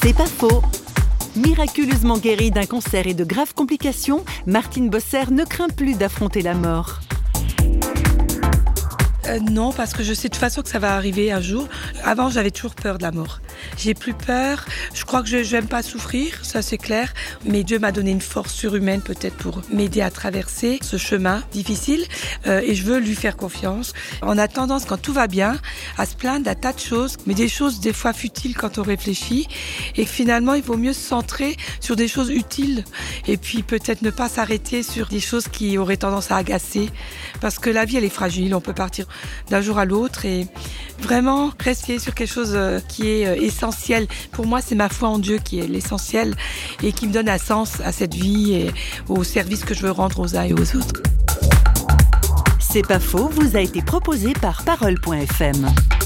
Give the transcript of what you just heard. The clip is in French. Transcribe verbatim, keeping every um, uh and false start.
C'est pas faux. Miraculeusement guérie d'un cancer et de graves complications, Martine Bosser ne craint plus d'affronter la mort. Euh, non, parce que je sais de toute façon que ça va arriver un jour. Avant, j'avais toujours peur de la mort. J'ai plus peur. Je crois que je n'aime pas souffrir, ça c'est clair. Mais Dieu m'a donné une force surhumaine peut-être pour m'aider à traverser ce chemin difficile. Euh, et je veux lui faire confiance. On a tendance, quand tout va bien, à se plaindre d'un tas de choses, mais des choses des fois futiles quand on réfléchit. Et finalement, il vaut mieux se centrer sur des choses utiles. Et puis peut-être ne pas s'arrêter sur des choses qui auraient tendance à agacer. Parce que la vie, elle est fragile. On peut partir d'un jour à l'autre et vraiment rester sur quelque chose qui est essentiel. Pour moi, c'est ma foi en Dieu qui est l'essentiel et qui me donne un sens à cette vie et au service que je veux rendre aux uns et aux autres. C'est pas faux, vous a été proposé par Parole point F M.